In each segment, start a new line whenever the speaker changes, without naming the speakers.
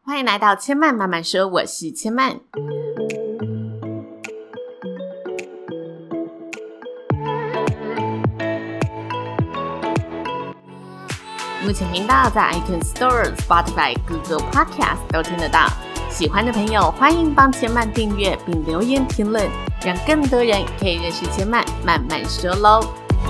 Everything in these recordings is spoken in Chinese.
欢迎来到千曼慢慢说，我是千曼。目前频道在 iTunes Store、Spotify、Google Podcast 都听得到。喜欢的朋友欢迎帮千曼订阅并留言评论，让更多人可以认识千曼慢慢说咯。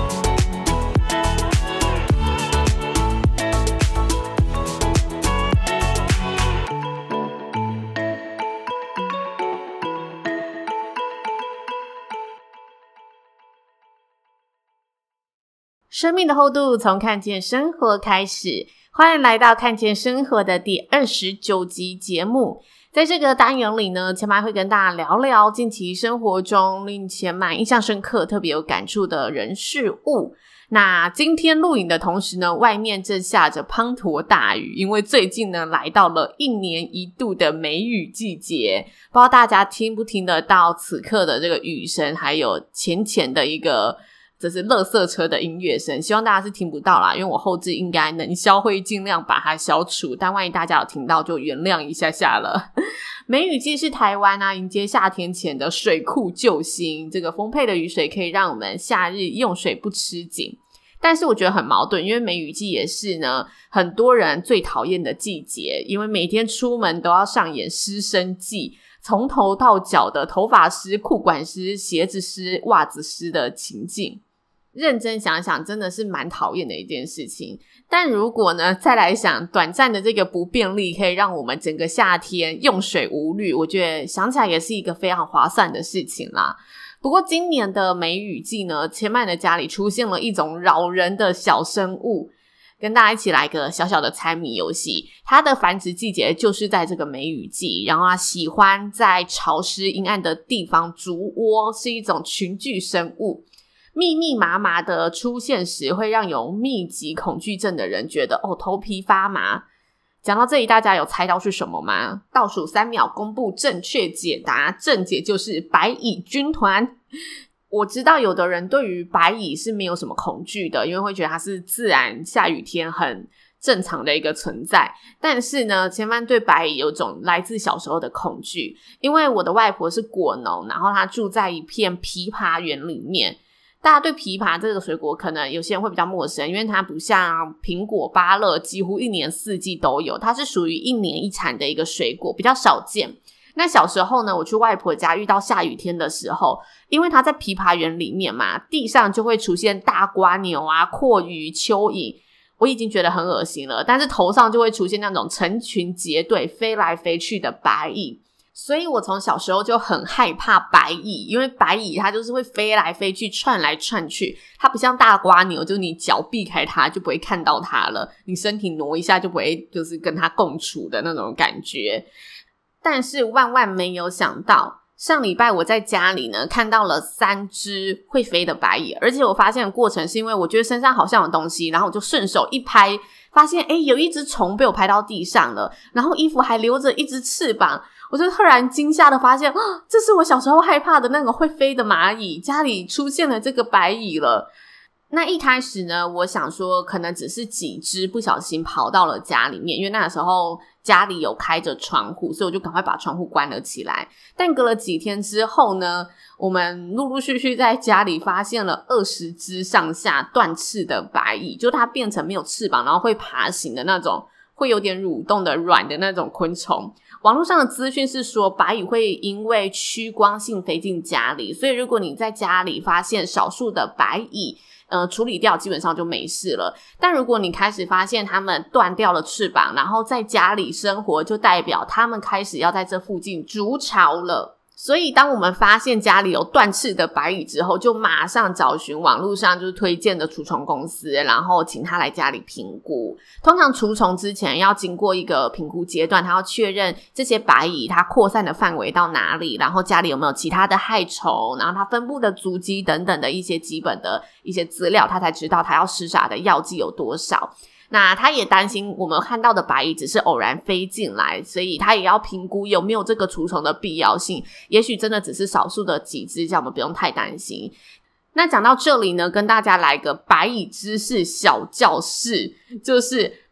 生命的厚度从看见生活开始，欢迎来到看见生活的第29集节目。在这个单元里呢，千曼会跟大家聊聊近期生活中令千曼印象深刻特别有感触的人事物。那今天录影的同时呢，外面正下着滂沱大雨，因为最近呢来到了1年1度的梅雨季节。不知道大家听不听得到此刻的这个雨声，还有浅浅的一个这是垃圾车的音乐声，希望大家是听不到啦，因为我后置应该能消，会尽量把它消除，但万一大家有听到就原谅一下下了。梅雨季是台湾迎接夏天前的水库救星，这个丰沛的雨水可以让我们夏日用水不吃紧。但是我觉得很矛盾，因为梅雨季也是呢很多人最讨厌的季节，因为每天出门都要上演湿身季，从头到脚的头发湿、裤管湿、鞋子湿、袜子湿的情境。认真想想真的是蛮讨厌的一件事情，但如果呢再来想短暂的这个不便利可以让我们整个夏天用水无虑，我觉得想起来也是一个非常划算的事情啦。不过今年的梅雨季呢，千曼的家里出现了一种扰人的小生物，跟大家一起来个小小的猜谜游戏。它的繁殖季节就是在这个梅雨季，然后它喜欢在潮湿阴暗的地方筑窝，是一种群居生物。密密麻麻的出现时会让有密集恐惧症的人觉得头皮发麻。讲到这里，大家有猜到是什么吗？倒数3秒公布正确解答，正解就是白蚁军团。我知道有的人对于白蚁是没有什么恐惧的，因为会觉得它是自然下雨天很正常的一个存在，但是呢千曼对白蚁有种来自小时候的恐惧。因为我的外婆是果农，然后她住在一片枇杷园里面。大家对枇杷这个水果可能有些人会比较陌生，因为它不像苹果、芭乐几乎1年4季都有，它是属于1年1产的一个水果，比较少见。那小时候呢，我去外婆家遇到下雨天的时候，因为它在枇杷园里面嘛，地上就会出现大蝸牛蛞蝓、蚯蚓，我已经觉得很恶心了，但是头上就会出现那种成群结队飞来飞去的白蚁。所以我从小时候就很害怕白蚁，因为白蚁它就是会飞来飞去窜来窜去，它不像大蝸牛，就是你脚避开它就不会看到它了，你身体挪一下就不会就是跟它共处的那种感觉。但是万万没有想到，上礼拜我在家里呢看到了3只会飞的白蚁，而且我发现的过程是因为我觉得身上好像有东西，然后我就顺手一拍，发现有一只虫被我拍到地上了，然后衣服还留着一只翅膀。我就突然惊吓的发现，这是我小时候害怕的那个会飞的蚂蚁，家里出现了这个白蚁了。那一开始呢，我想说可能只是几只不小心跑到了家里面，因为那个时候家里有开着窗户，所以我就赶快把窗户关了起来。但隔了几天之后呢，我们陆陆续续在家里发现了20只上下断翅的白蚁，就它变成没有翅膀然后会爬行的那种，会有点蠕动的软的那种昆虫。网络上的资讯是说白蚁会因为趋光性飞进家里，所以如果你在家里发现少数的白蚁处理掉基本上就没事了。但如果你开始发现它们断掉了翅膀，然后在家里生活，就代表它们开始要在这附近筑巢了。所以当我们发现家里有断翅的白蚁之后，就马上找寻网络上就是推荐的除虫公司，然后请他来家里评估。通常除虫之前要经过一个评估阶段，他要确认这些白蚁它扩散的范围到哪里，然后家里有没有其他的害虫，然后它分布的足迹等等的一些基本的一些资料，他才知道他要施洒的药剂有多少。那他也担心我们看到的白蚁只是偶然飞进来，所以他也要评估有没有这个除虫的必要性，也许真的只是少数的几只，这样我们不用太担心。那讲到这里呢，跟大家来个白蚁知识小教室，就是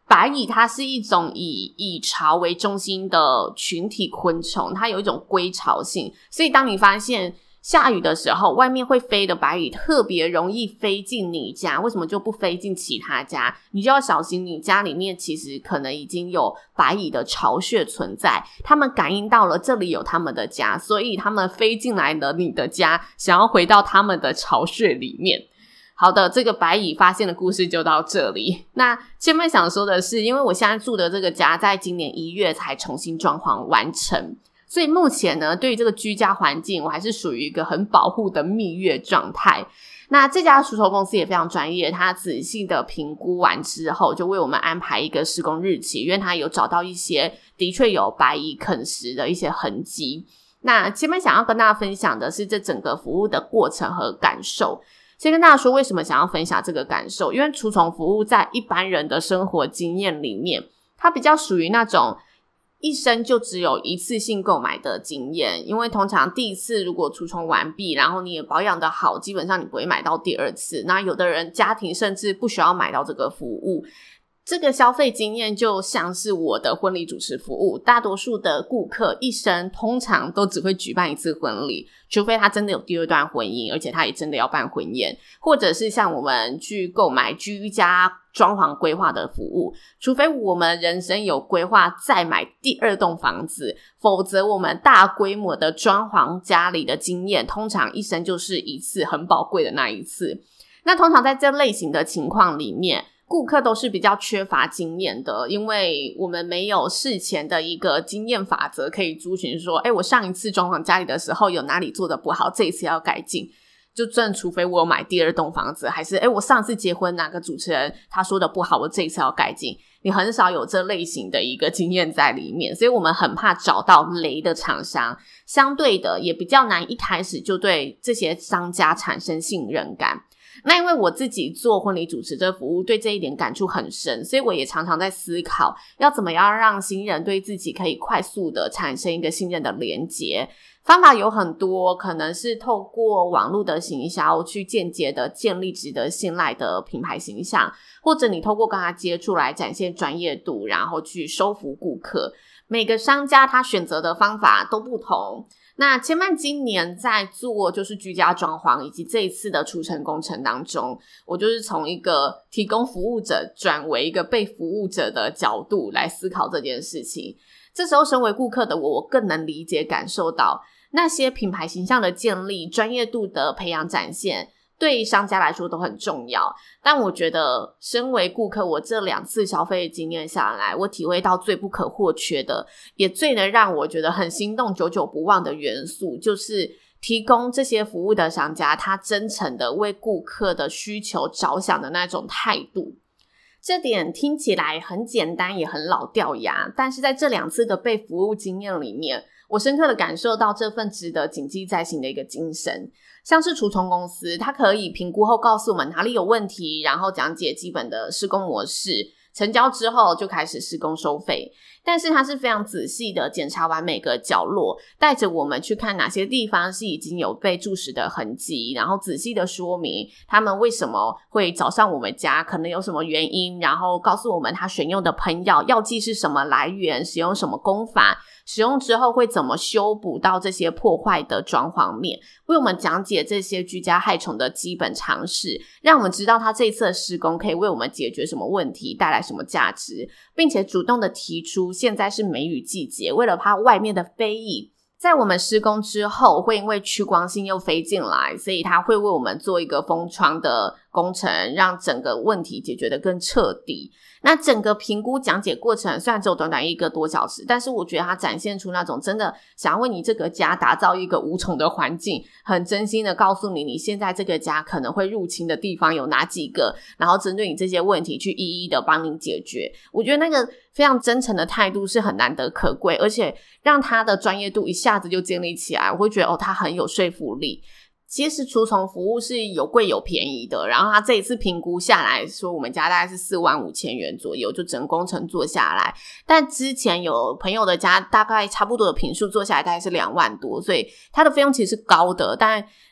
白蚁它是一种以蚁巢为中心的群体昆虫，它有一种归巢性，所以当你发现下雨的时候，外面会飞的白蚁特别容易飞进你家，为什么就不飞进其他家？你就要小心，你家里面其实可能已经有白蚁的巢穴存在，他们感应到了这里有他们的家，所以他们飞进来了你的家，想要回到他们的巢穴里面。好的，这个白蚁发现的故事就到这里。那前面想说的是，因为我现在住的这个家在今年1月才重新装潢完成，所以目前呢，对于这个居家环境我还是属于一个很保护的蜜月状态。那这家除虫公司也非常专业，他仔细的评估完之后就为我们安排一个施工日期，因为他有找到一些的确有白蚁啃食的一些痕迹。那前面想要跟大家分享的是这整个服务的过程和感受。先跟大家说为什么想要分享这个感受，因为除虫服务在一般人的生活经验里面，它比较属于那种一生就只有一次性购买的经验，因为通常第一次如果除虫完毕，然后你也保养的好，基本上你不会买到第二次。那有的人家庭甚至不需要买到这个服务，这个消费经验就像是我的婚礼主持服务，大多数的顾客一生通常都只会举办一次婚礼，除非他真的有第二段婚姻，而且他也真的要办婚宴，或者是像我们去购买居家装潢规划的服务，除非我们人生有规划再买第二栋房子，否则我们大规模的装潢家里的经验通常一生就是一次很宝贵的那一次。那通常在这类型的情况里面，顾客都是比较缺乏经验的，因为我们没有事前的一个经验法则可以遵循说，我上一次装潢家里的时候有哪里做得不好，这一次要改进。就真的除非我有买第二栋房子，还是我上次结婚哪个主持人他说的不好，我这一次要改进，你很少有这类型的一个经验在里面，所以我们很怕找到雷的厂商，相对的也比较难一开始就对这些商家产生信任感。那因为我自己做婚礼主持这服务，对这一点感触很深，所以我也常常在思考要怎么样让新人对自己可以快速的产生一个信任的连结。方法有很多，可能是透过网络的行销去间接的建立值得信赖的品牌形象，或者你透过跟他接触来展现专业度，然后去收服顾客。每个商家他选择的方法都不同。那千曼今年在做就是居家装潢以及这一次的除尘工程当中，我就是从一个提供服务者转为一个被服务者的角度来思考这件事情。这时候身为顾客的我更能理解感受到那些品牌形象的建立、专业度的培养展现对商家来说都很重要，但我觉得身为顾客，我这2次消费经验下来，我体会到最不可或缺的，也最能让我觉得很心动、久久不忘的元素，就是提供这些服务的商家他真诚的为顾客的需求着想的那种态度。这点听起来很简单也很老掉牙，但是在这2次的被服务经验里面，我深刻的感受到这份值得谨记在心的一个精神。像是除虫公司，它可以评估后告诉我们哪里有问题，然后讲解基本的施工模式，成交之后就开始施工收费。但是它是非常仔细的检查完每个角落，带着我们去看哪些地方是已经有被注食的痕迹，然后仔细的说明他们为什么会找上我们家，可能有什么原因，然后告诉我们他选用的喷药药剂是什么来源，使用什么工法，使用之后会怎么修补到这些破坏的装潢面，为我们讲解这些居家害虫的基本常识，让我们知道他这一次的施工可以为我们解决什么问题，带来什么价值，并且主动的提出现在是梅雨季节，为了怕外面的飞蚁在我们施工之后会因为趋光性又飞进来，所以他会为我们做一个封窗的工程，让整个问题解决得更彻底。那整个评估讲解过程虽然只有短短1个多小时，但是我觉得它展现出那种真的想要为你这个家打造一个无虫的环境，很真心的告诉你你现在这个家可能会入侵的地方有哪几个，然后针对你这些问题去一一的帮你解决。我觉得那个非常真诚的态度是很难得可贵，而且让他的专业度一下子就建立起来，我会觉得他很有说服力。其实除虫服务是有贵有便宜的，然后他这一次评估下来说我们家大概是45000元左右，就整工程做下来，但之前有朋友的家大概差不多的坪数做下来大概是2万多，所以它的费用其实是高的，但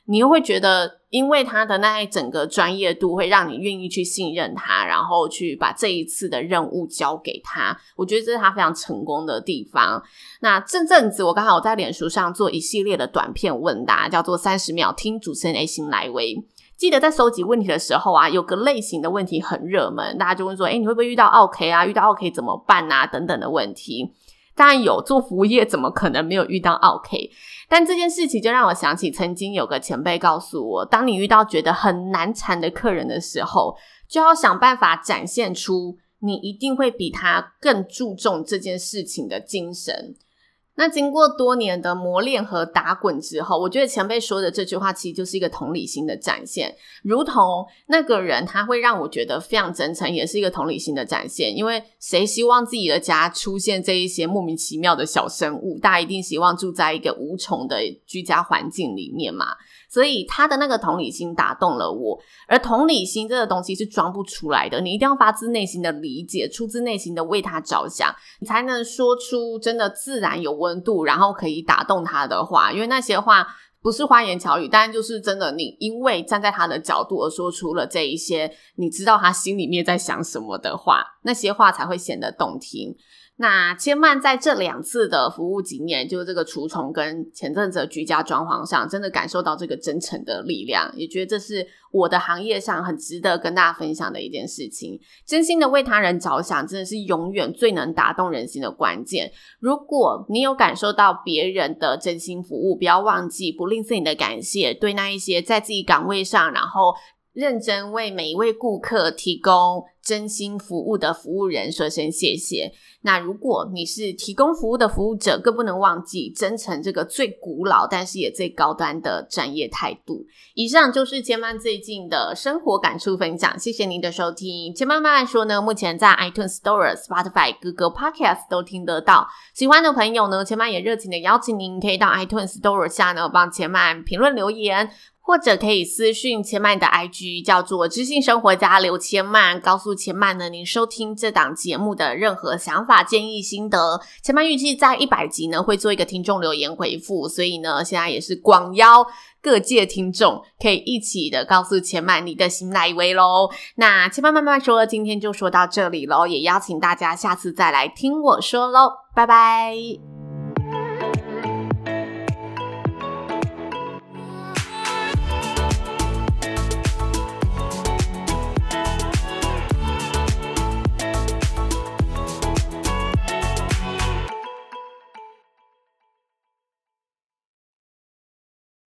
你又会觉得因为他的那一整个专业度会让你愿意去信任他，然后去把这一次的任务交给他，我觉得这是他非常成功的地方。那这阵子我刚好在脸书上做一系列的短片问答，叫做30秒听主持人 A 心来为。记得在收集问题的时候啊，有个类型的问题很热门，大家就问说你会不会遇到 OK 啊，遇到 OK 怎么办啊等等的问题。当然有，做服务业怎么可能没有遇到 OK？ 但这件事情就让我想起曾经有个前辈告诉我，当你遇到觉得很难缠的客人的时候，就要想办法展现出你一定会比他更注重这件事情的精神。那经过多年的磨练和打滚之后，我觉得前辈说的这句话其实就是一个同理心的展现，如同那个人他会让我觉得非常真诚，也是一个同理心的展现。因为谁希望自己的家出现这一些莫名其妙的小生物，大家一定希望住在一个无虫的居家环境里面嘛，所以他的那个同理心打动了我。而同理心这个东西是装不出来的，你一定要发自内心的理解，出自内心的为他着想，你才能说出真的自然有温度，然后可以打动他的话。因为那些话不是花言巧语，但就是真的你因为站在他的角度而说出了这一些你知道他心里面在想什么的话，那些话才会显得动听。那千曼在这2次的服务经验，就是这个除虫跟前阵子的居家装潢上，真的感受到这个真诚的力量，也觉得这是我的行业上很值得跟大家分享的一件事情。真心的为他人着想，真的是永远最能打动人心的关键。如果你有感受到别人的真心服务，不要忘记不吝啬你的感谢，对那一些在自己岗位上然后认真为每一位顾客提供真心服务的服务人说声谢谢。那如果你是提供服务的服务者，更不能忘记真诚这个最古老但是也最高端的专业态度。以上就是千曼最近的生活感触分享，谢谢您的收听。千曼慢慢说呢，目前在 iTunes Store、Spotify、Google Podcast 都听得到。喜欢的朋友呢，千曼也热情的邀请您可以到 iTunes Store 下呢帮千曼评论留言，或者可以私讯千曼的 IG 叫做知性生活家刘千曼，告诉千曼呢您收听这档节目的任何想法建议心得。千曼预计在100集呢会做一个听众留言回复，所以呢现在也是广邀各界听众可以一起的告诉千曼你的心来为咯。那千曼慢慢说今天就说到这里咯，也邀请大家下次再来听我说咯，拜拜。